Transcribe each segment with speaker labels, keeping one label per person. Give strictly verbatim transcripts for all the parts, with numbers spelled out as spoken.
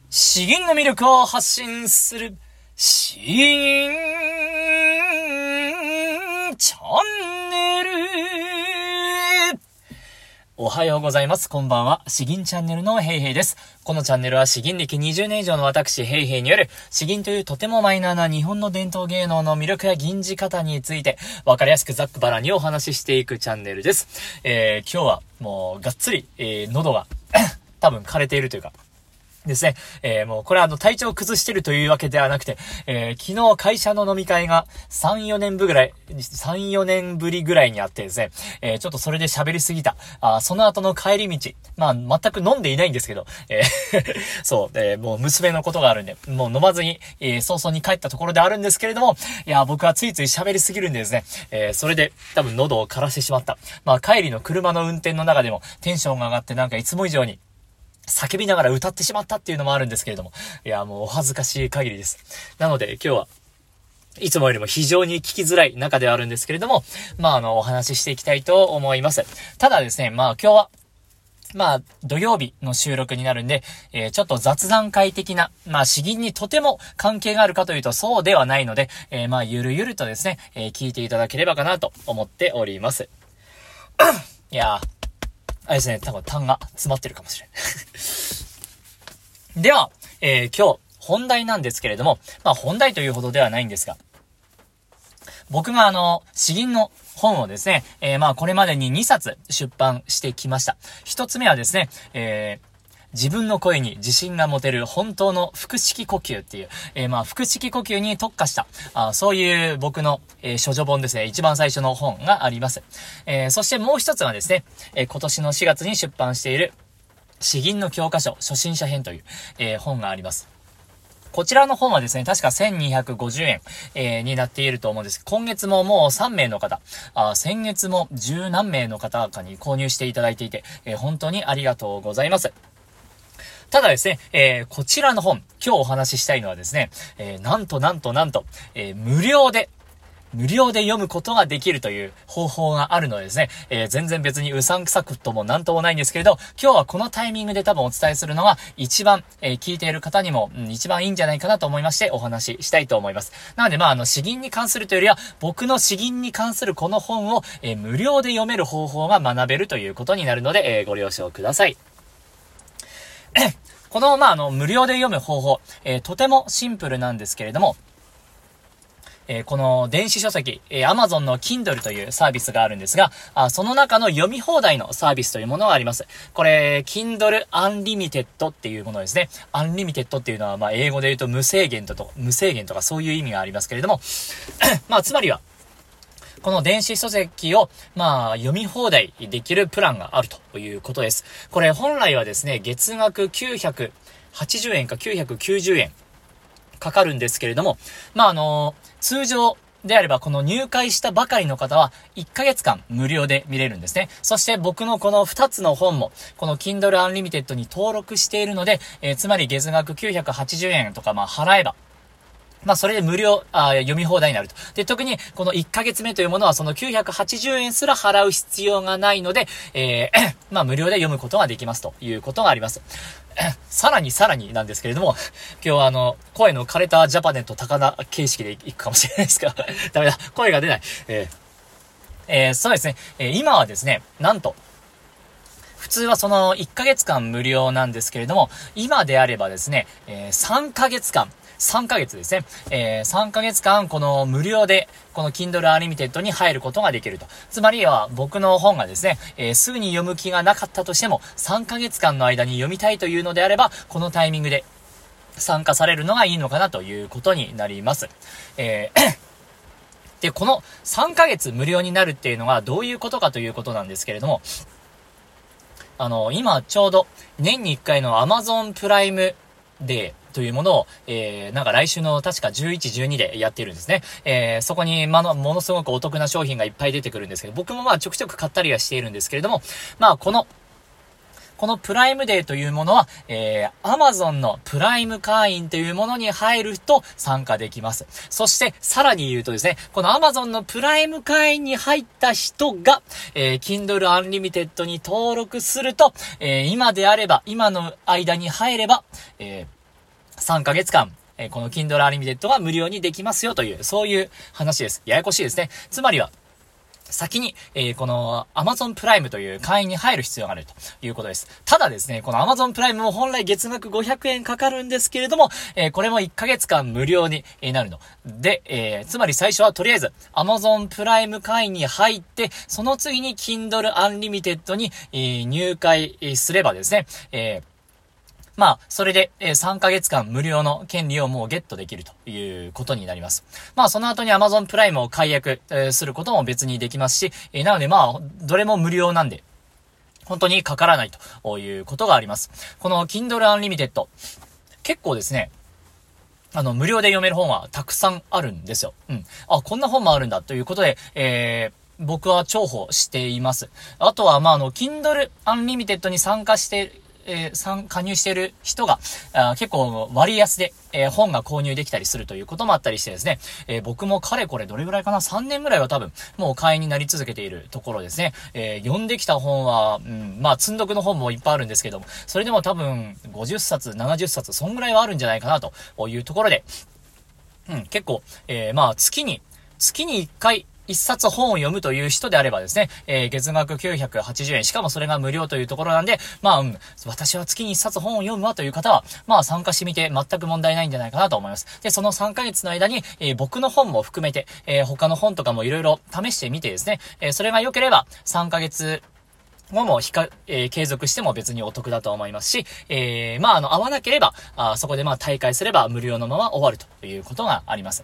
Speaker 1: 詩吟の魅力を発信する詩吟チャンネル。おはようございます。こんばんは。詩吟チャンネルのヘイヘイです。このチャンネルは詩吟歴にじゅうねん以上の私ヘイヘイによる詩吟というとてもマイナーな日本の伝統芸能の魅力や吟じ方についてわかりやすくざっくばらんにお話ししていくチャンネルです。えー、今日はもうがっつり、えー、喉が多分枯れているというかですね。えー、もうこれはあの体調を崩してるというわけではなくて、えー、昨日会社の飲み会がさん、よねんぶぐらい、さん、よねんぶりぐらいにあってですね、えー、ちょっとそれで喋りすぎた。あその後の帰り道、まあ全く飲んでいないんですけど、えー、そう、えー、もう娘のことがあるんで、もう飲まずに、えー、早々に帰ったところであるんですけれども、いや、僕はついつい喋りすぎるんでですね、えー、それで多分喉を枯らしてしまった。まあ帰りの車の運転の中でもテンションが上がってなんかいつも以上に叫びながら歌ってしまったっていうのもあるんですけれども。いや、もうお恥ずかしい限りです。なので今日はいつもよりも非常に聞きづらい中ではあるんですけれども、まああのお話ししていきたいと思います。ただですね、まあ今日はまあ土曜日の収録になるんで、えー、ちょっと雑談会的な、まあ詩吟にとても関係があるかというとそうではないので、えー、まあゆるゆるとですね、えー、聞いていただければかなと思っております。いやー。あれですね、多分痰が詰まってるかもしれん。では、えー、今日、本題なんですけれども、まあ本題というほどではないんですが、僕があの、詩吟の本をですね、えー、まあこれまでににさつ出版してきました。一つ目はですね、えー、自分の声に自信が持てる本当の腹式呼吸っていう、えー、まあ腹式呼吸に特化したあそういう僕の、えー、処女本ですね。一番最初の本があります。えー、そしてもう一つはですね、えー、今年のしがつに出版している詩吟の教科書初心者編という、えー、本があります。こちらの本はですね、確かせんにひゃくごじゅうえん、えー、になっていると思うんです。今月ももうさんめいの方、あ先月も十何名の方かに購入していただいていて、えー、本当にありがとうございます。ただですね、えー、こちらの本、今日お話ししたいのはですね、えー、なんとなんとなんと、えー、無料で、無料で読むことができるという方法があるのでですね、えー、全然別にうさんくさくともなんともないんですけれど、今日はこのタイミングで多分お伝えするのが一番、えー、聞いている方にも、うん、一番いいんじゃないかなと思いましてお話ししたいと思います。なのでまああの詩吟に関するというよりは、僕の詩吟に関するこの本を、えー、無料で読める方法が学べるということになるので、えー、ご了承ください。この、まあ、あの、無料で読む方法、えー、とてもシンプルなんですけれども、えー、この電子書籍、えー、Amazon の Kindle というサービスがあるんですが、あその中の読み放題のサービスというものがあります。これ、Kindle Unlimited っていうものですね。Unlimited っていうのは、まあ、英語で言うと無制限とと、無制限とかそういう意味がありますけれども、まあ、つまりは、この電子書籍を、まあ、読み放題できるプランがあるということです。これ、本来はですね、月額きゅうひゃくはちじゅうえんかきゅうひゃくきゅうじゅうえんかかるんですけれども、まあ、あの、通常であれば、この入会したばかりの方は、いっかげつかん無料で見れるんですね。そして僕のこのふたつの本も、この Kindle Unlimited に登録しているので、えー、つまり月額きゅうひゃくはちじゅうえんとか、まあ、払えば、まあ、それで無料、あ読み放題になると。で、特に、このいっかげつめというものは、そのきゅうひゃくはちじゅうえんすら払う必要がないので、えー、まあ、無料で読むことができますということがあります。さらにさらになんですけれども、今日はあの、声の枯れたジャパネット高田形式でいくかもしれないですが、ダメだ、声が出ない。えー、えー、そうですね、えー、今はですね、なんと、普通はそのいっかげつかん無料なんですけれども、今であればですね、えー、さんかげつかん、さんかげつですね。えー、さんかげつかんこの無料でこの Kindle Unlimited に入ることができると。つまりは僕の本がですね、えー、すぐに読む気がなかったとしてもさんかげつかんの間に読みたいというのであれば、このタイミングで参加されるのがいいのかなということになります。えーで、このさんかげつ無料になるっていうのがどういうことかということなんですけれども、あの、今ちょうど年にいっかいの Amazon プライムデーというものを、えー、なんか来週の確かじゅういち、じゅうにでやってるんですね。えー、そこに、まの、ものすごくお得な商品がいっぱい出てくるんですけど、僕もまあちょくちょく買ったりはしているんですけれども、まあこの、このプライムデーというものは、えー、Amazon のプライム会員というものに入ると参加できます。そして、さらに言うとですね、この Amazon のプライム会員に入った人が、えー、Kindle Unlimited に登録すると、えー、今であれば、今の間に入れば、えーさんかげつかん、えー、この Kindle Unlimited が無料にできますよという、そういう話です。ややこしいですね。つまりは、先に、えー、この Amazon プライムという会員に入る必要があるということです。ただですね、この Amazon プライムも本来月額ごひゃくえんかかるんですけれども、えー、これもいっかげつかん無料になるの。で、えー、つまり最初はとりあえず Amazon プライム会員に入って、その次に Kindle Unlimited に、えー、入会すればですね、えーまあ、それで、えー、さんかげつかん無料の権利をもうゲットできるということになります。まあ、その後に Amazon プライムを解約、えー、することも別にできますし、えー、なのでまあ、どれも無料なんで、本当にかからないということがあります。この Kindle Unlimited、結構ですね、あの、無料で読める本はたくさんあるんですよ。うん。あ、こんな本もあるんだということで、えー、僕は重宝しています。あとは、まあ、あの、Kindle Unlimited に参加してえー、参加入している人があ結構割安で、えー、本が購入できたりするということもあったりしてですね、えー、僕もかれこれどれぐらいかなさんねんぐらいは多分もう会員になり続けているところですね。えー、読んできた本は、うん、まあ積んどくの本もいっぱいあるんですけども、それでも多分ごじゅっさつ、ななじゅっさつ、そんぐらいはあるんじゃないかなというところで、うん、結構、えー、まあ月に、月にいっかい、一冊本を読むという人であればですね、えー、月額きゅうひゃくはちじゅうえん、しかもそれが無料というところなんで、まあ、うん、私は月に一冊本を読むわという方は、まあ参加してみて全く問題ないんじゃないかなと思います。で、そのさんかげつの間に、えー、僕の本も含めて、えー、他の本とかもいろいろ試してみてですね、えー、それが良ければさんかげつ、ももひか、えー、継続しても別にお得だと思いますし、えー、まあ、あの、合わなければ、あそこでまあ、退会すれば無料のまま終わるということがあります。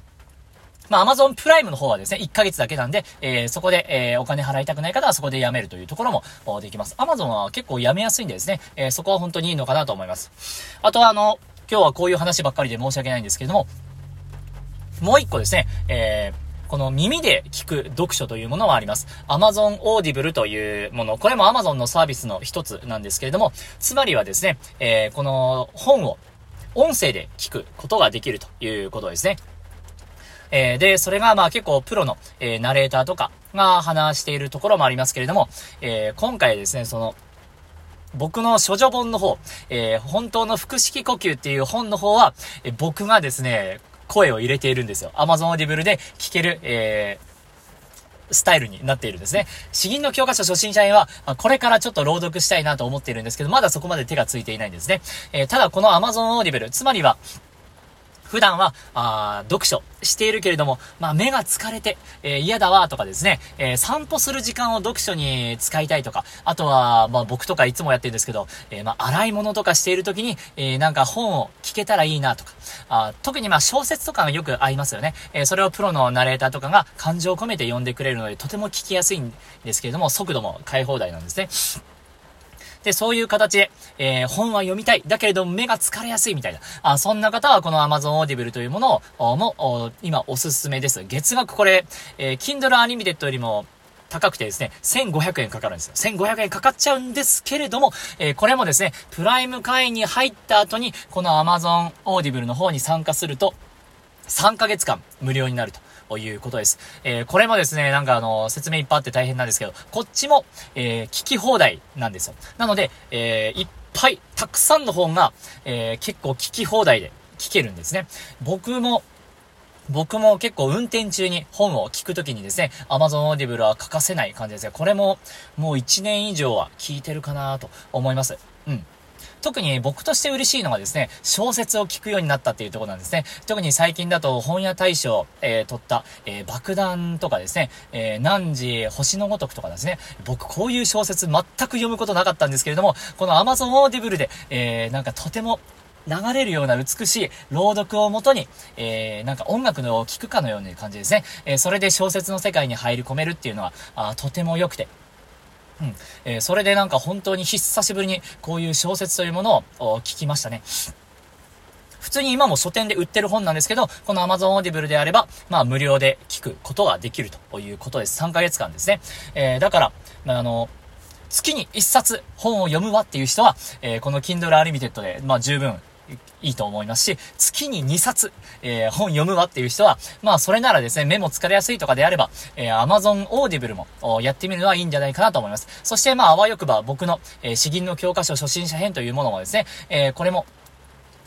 Speaker 1: まあ、Amazon プライムの方はですね、いっかげつだけなんで、えー、そこで、えー、お金払いたくない方はそこでやめるというところもできます。Amazon は結構やめやすいんでですね、えー、そこは本当にいいのかなと思います。あとは、あの、今日はこういう話ばっかりで申し訳ないんですけれども、もう一個ですね、えー、この耳で聞く読書というものはあります。Amazon Audible というもの。これも Amazon のサービスの一つなんですけれども、つまりはですね、えー、この本を音声で聞くことができるということですね。えー、で、それがまあ結構プロの、えー、ナレーターとかが話しているところもありますけれども、えー、今回ですね、その、僕の処女本の方、えー、本当の腹式呼吸っていう本の方は、えー、僕がですね、声を入れているんですよ。Amazon Audible で聞ける、えー、スタイルになっているんですね。詩吟の教科書初心者編は、これからちょっと朗読したいなと思っているんですけど、まだそこまで手がついていないんですね。えー、ただこの Amazon Audible、つまりは、普段は、あ読書しているけれども、まあ目が疲れて、えー、嫌だわとかですね、えー、散歩する時間を読書に使いたいとか、あとは、まあ僕とかいつもやってるんですけど、えー、まあ洗い物とかしている時に、えー、なんか本を聞けたらいいなとか、あ特にまあ小説とかがよく合いますよね。えー、それをプロのナレーターとかが感情を込めて読んでくれるので、とても聞きやすいんですけれども、速度も変え放題なんですね。で、そういう形で、えー、本は読みたい。だけれども目が疲れやすいみたいな。あ、そんな方はこの Amazon Audible というものを、も、今おすすめです。月額これ、えー、Kindle Unlimited よりも高くてですね、せんごひゃくえんかかるんですよ。せんごひゃくえんかかっちゃうんですけれども、えー、これもですね、プライム会員に入った後に、この Amazon Audible の方に参加すると、さんかげつかん無料になると。ということです。えー、これもですね、なんかあの、説明いっぱいあって大変なんですけど、こっちも、えー、聞き放題なんですよ。なので、えー、いっぱい、たくさんの本が、えー、結構聞き放題で聞けるんですね。僕も、僕も結構運転中に本を聞くときにですね、Amazon Audible は欠かせない感じですが、これももういちねん以上は聞いてるかなと思います。うん。特に僕として嬉しいのがですね、小説を聞くようになったっていうところなんですね。特に最近だと本屋大賞、えー、取った、えー、爆弾とかですね、えー、汝星のごとくとかですね、僕こういう小説全く読むことなかったんですけれども、この Amazon Audible で、えー、なんかとても流れるような美しい朗読をもとに、えー、なんか音楽のを聴くかのような感じですね。えー、それで小説の世界に入り込めるっていうのは、あとても良くて、うん。えー、それでなんか本当に久しぶりにこういう小説というものを聞きましたね。普通に今も書店で売ってる本なんですけど、この Amazon Audible であれば、まあ無料で聞くことができるということです。さんかげつかんですね。えー、だから、まあ、あの、月にいっさつ本を読むわっていう人は、えー、この Kindle Unlimited で、まあ十分、いいと思いますし、月ににさつ、えー、本読むわっていう人は、まあそれならですね、目も疲れやすいとかであれば、えー、Amazon Audible もやってみるのはいいんじゃないかなと思います。そしてまああわよくば僕の、えー、詩吟の教科書初心者編というものもですね、えー、これも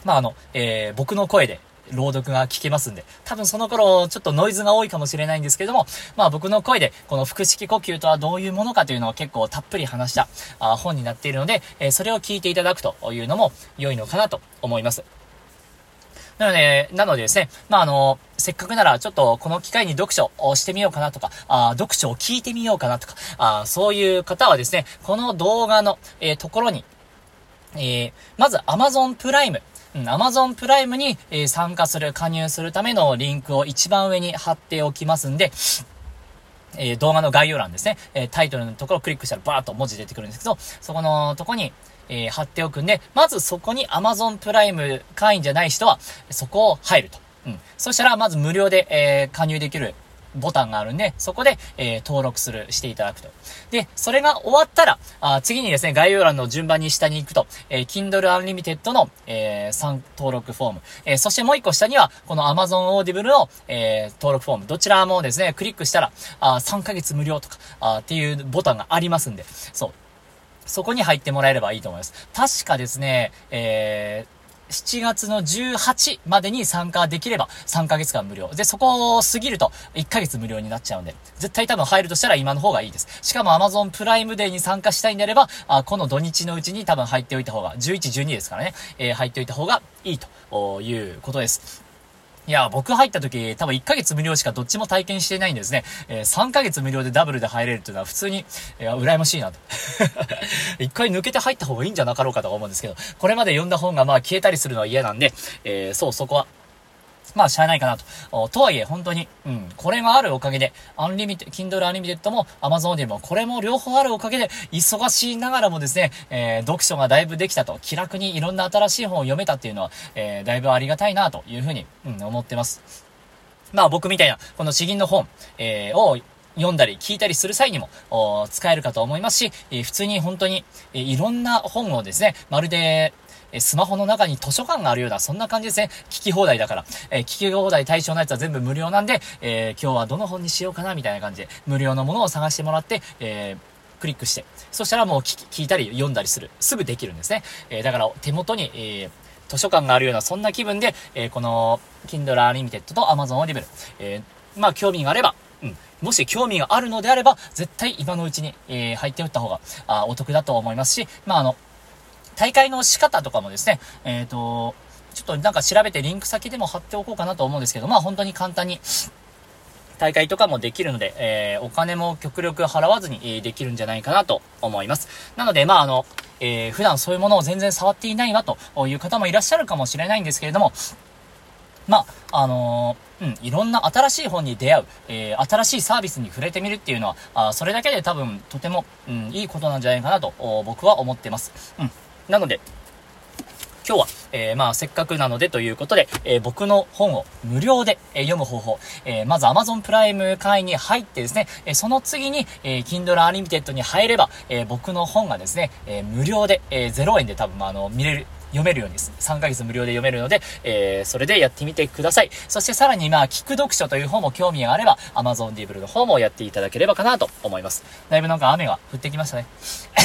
Speaker 1: まあ、あの、えー、僕の声で、朗読が聞けますんで、多分その頃ちょっとノイズが多いかもしれないんですけども、まあ僕の声でこの腹式呼吸とはどういうものかというのを結構たっぷり話したあ本になっているので、えー、それを聞いていただくというのも良いのかなと思います。なので、なのでですね、まああの、せっかくならちょっとこの機会に読書をしてみようかなとか、あ読書を聞いてみようかなとか、あそういう方はですね、この動画の、えー、ところに、えー、まず Amazon プライム、うん、Amazon プライムに、えー、参加する、加入するためのリンクを一番上に貼っておきますんで、えー、動画の概要欄ですね、えー、タイトルのところをクリックしたらバーッと文字出てくるんですけど、そこのとこに、えー、貼っておくんで、まずそこに Amazon プライム会員じゃない人は、そこを入ると。うん。そしたら、まず無料で、えー、加入できるボタンがあるんで、そこで、えー、登録する、していただくと。で、それが終わったら、あ次にですね、概要欄の順番に下に行くと、えー、Kindle Unlimited の、えー、参登録フォーム、えー、そしてもう一個下には、この Amazon Audible の、えー、登録フォーム、どちらもですね、クリックしたら、あさんかげつ無料とか、あっていうボタンがありますんで、そう。そこに入ってもらえればいいと思います。確かですね、えー、しちがつのじゅうはちまでに参加できればさんかげつかん無料。で、そこを過ぎるといっかげつ無料になっちゃうんで、絶対多分入るとしたら今の方がいいです。しかも Amazon プライムデーに参加したいんであれば、あこの土日のうちに多分入っておいた方が、じゅういち、じゅうにですからね、えー、入っておいた方がいいということです。いや、僕入った時、多分いっかげつ無料しかどっちも体験してないんですね。えー、さんかげつ無料でダブルで入れるっていうのは普通に、いや、羨ましいなと。一回抜けて入った方がいいんじゃなかろうかとか思うんですけど、これまで読んだ本がまあ消えたりするのは嫌なんで、えー、そう、そこは、まあ、しゃあないかなと。とはいえ、本当に、うん、これがあるおかげで、アンリミテ、Kindle Unlimited も Amazon でも、これも両方あるおかげで、忙しいながらもですね、えー、読書がだいぶできたと、気楽にいろんな新しい本を読めたっていうのは、えー、だいぶありがたいなというふうに、うん、思ってます。まあ、僕みたいな、この詩吟の本、えー、を、読んだり聞いたりする際にも使えるかと思いますし、えー、普通に本当に、えー、いろんな本をですね、まるで、スマホの中に図書館があるような、そんな感じですね。聞き放題だから。えー、聞き放題対象のやつは全部無料なんで、えー、今日はどの本にしようかな、みたいな感じで、無料のものを探してもらって、えー、クリックして、そしたらもう聞き、聞いたり読んだりする。すぐできるんですね。えー、だから手元に、えー、図書館があるような、そんな気分で、えー、この、Kindle Unlimited と Amazon Audible、えー、まあ、興味があれば、うん。もし興味があるのであれば、絶対今のうちに、えー、入っておった方が、あ、お得だと思いますし、まあ、あの、大会の仕方とかもですね、えっと、ちょっとなんか調べてリンク先でも貼っておこうかなと思うんですけど、まあ本当に簡単に大会とかもできるので、えー、お金も極力払わずに、えー、できるんじゃないかなと思います。なので、まああの、えー、普段そういうものを全然触っていないわという方もいらっしゃるかもしれないんですけれども、まあ、あのー、うん、いろんな新しい本に出会う、えー、新しいサービスに触れてみるっていうのは、あそれだけで多分とても、うん、いいことなんじゃないかなと僕は思ってます。うん。なので、今日は、えー、まあ、せっかくなのでということで、えー、僕の本を無料で、えー、読む方法、えー、まず Amazon プライム会員に入ってですね、えー、その次に、えー、Kindle Unlimited に入れば、えー、僕の本がですね、えー、無料で、えー、ゼロえんで多分、まあ、あの、見れる、読めるようにです。さんかげつ無料で読めるので、えー、それでやってみてください。そしてさらに、まあ、聞く読書という方も興味があれば、Amazon Audible の方もやっていただければかなと思います。だいぶなんか雨が降ってきましたね。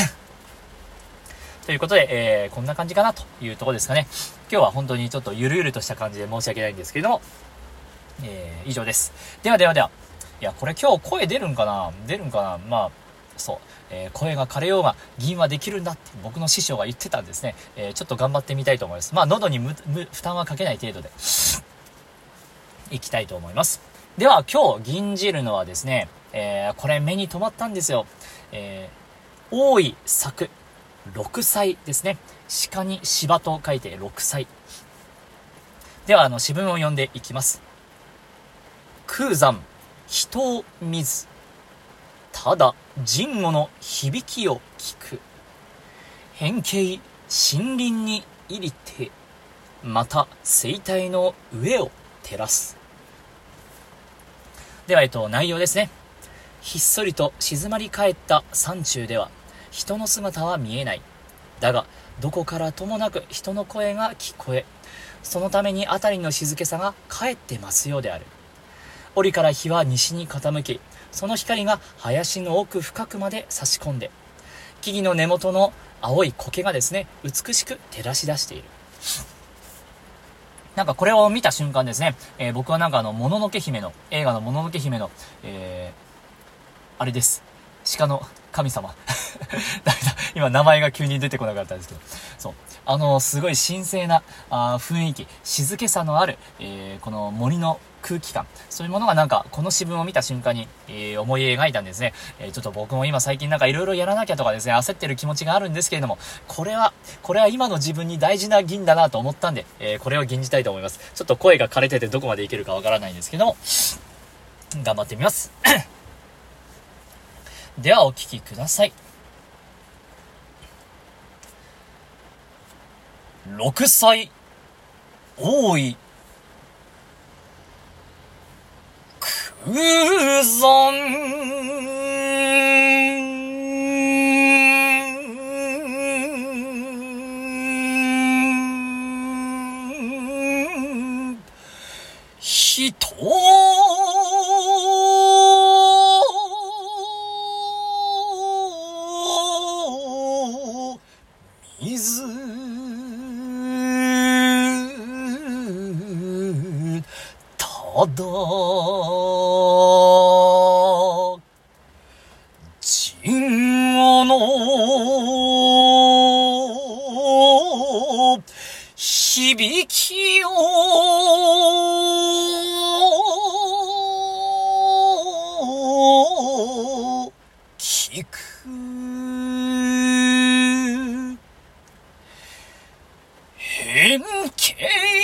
Speaker 1: ということで、えー、こんな感じかなというところですかね。今日は本当にちょっとゆるゆるとした感じで申し訳ないんですけれども、えー、以上です。ではではでは、いや、これ今日声出るんかな出るんかなまあ、そう、えー、声が枯れようが銀はできるんだって僕の師匠が言ってたんですね。えー、ちょっと頑張ってみたいと思います。まあ、喉にむむ負担はかけない程度で、いきたいと思います。では、今日吟じるのはですね、えー、これ目に留まったんですよ。えー、大井作。六歳ですね。鹿に芝と書いて六歳。では、あの、詩文を読んでいきます。空山、人を見ず。ただ、人語の響きを聞く。変形、森林に入りて、また、生態の上を照らす。では、えっと、内容ですね。ひっそりと静まり返った山中では、人の姿は見えない。だが、どこからともなく人の声が聞こえ、そのために辺りの静けさがかえって増すようである。檻から日は西に傾き、その光が林の奥深くまで差し込んで、木々の根元の青い苔がですね、美しく照らし出している。 なんかこれを見た瞬間ですね、えー、僕はなんかあの、もののけ姫の、映画のもののけ姫の、えー、あれです。鹿の神様。誰だ今名前が急に出てこなかったんですけど。そう。あの、すごい神聖なあ雰囲気、静けさのある、えー、この森の空気感、そういうものがなんか、この詩文を見た瞬間に、えー、思い描いたんですね。えー、ちょっと僕も今最近なんか色々やらなきゃとかですね、焦ってる気持ちがあるんですけれども、これは、これは今の自分に大事な銀だなと思ったんで、えー、これを吟じたいと思います。ちょっと声が枯れててどこまでいけるかわからないんですけども、頑張ってみます。ではお聞きください。六歳多い空尊人水ただ人語の響きを聞く変形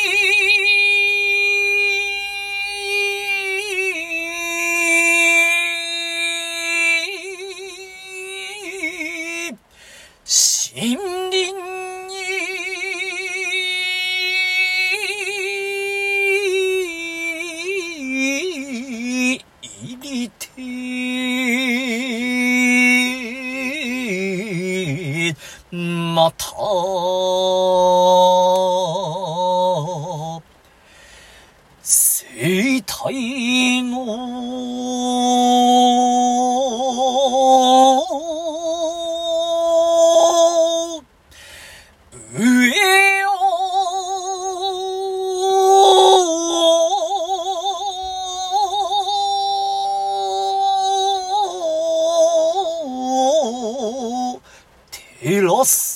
Speaker 1: 森林に入りてまた生体の上を照らす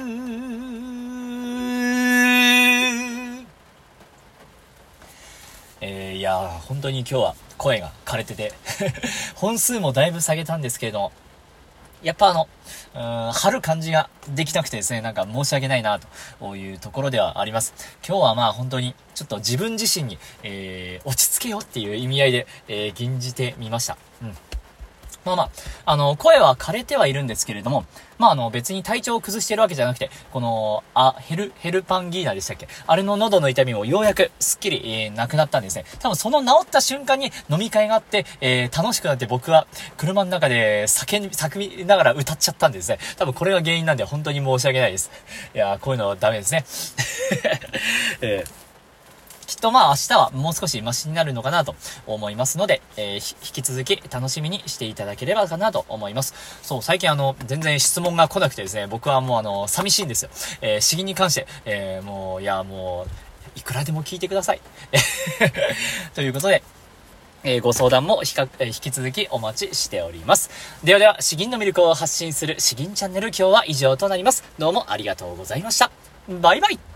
Speaker 1: えー、いやー本当に今日は声が枯れてて本数もだいぶ下げたんですけれども、やっぱあの、うーん、張る感じができなくてですね、なんか申し訳ないなというところではあります。今日はまあ本当にちょっと自分自身に、えー、落ち着けよっていう意味合いで、えー、吟じてみました。うん。まあまあ、あの、声は枯れてはいるんですけれども、まああの、別に体調を崩してるわけじゃなくて、この、あ、ヘル、ヘルパンギーナでしたっけ？あれの喉の痛みもようやくすっきり、えー、なくなったんですね。多分その治った瞬間に飲み会があって、えー、楽しくなって僕は車の中で叫び、叫びながら歌っちゃったんですね。多分これが原因なんで本当に申し訳ないです。いやー、こういうのはダメですね。えーきっとまあ明日はもう少しマシになるのかなと思いますので、えー、引き続き楽しみにしていただければかなと思います。そう、最近あの、全然質問が来なくてですね、僕はもうあの、寂しいんですよ。えー、詩吟に関して、えー、もう、いやもう、いくらでも聞いてください。ということで、えー、ご相談もひか、えー、引き続きお待ちしております。ではでは、詩吟の魅力を発信する詩吟チャンネル、今日は以上となります。どうもありがとうございました。バイバイ。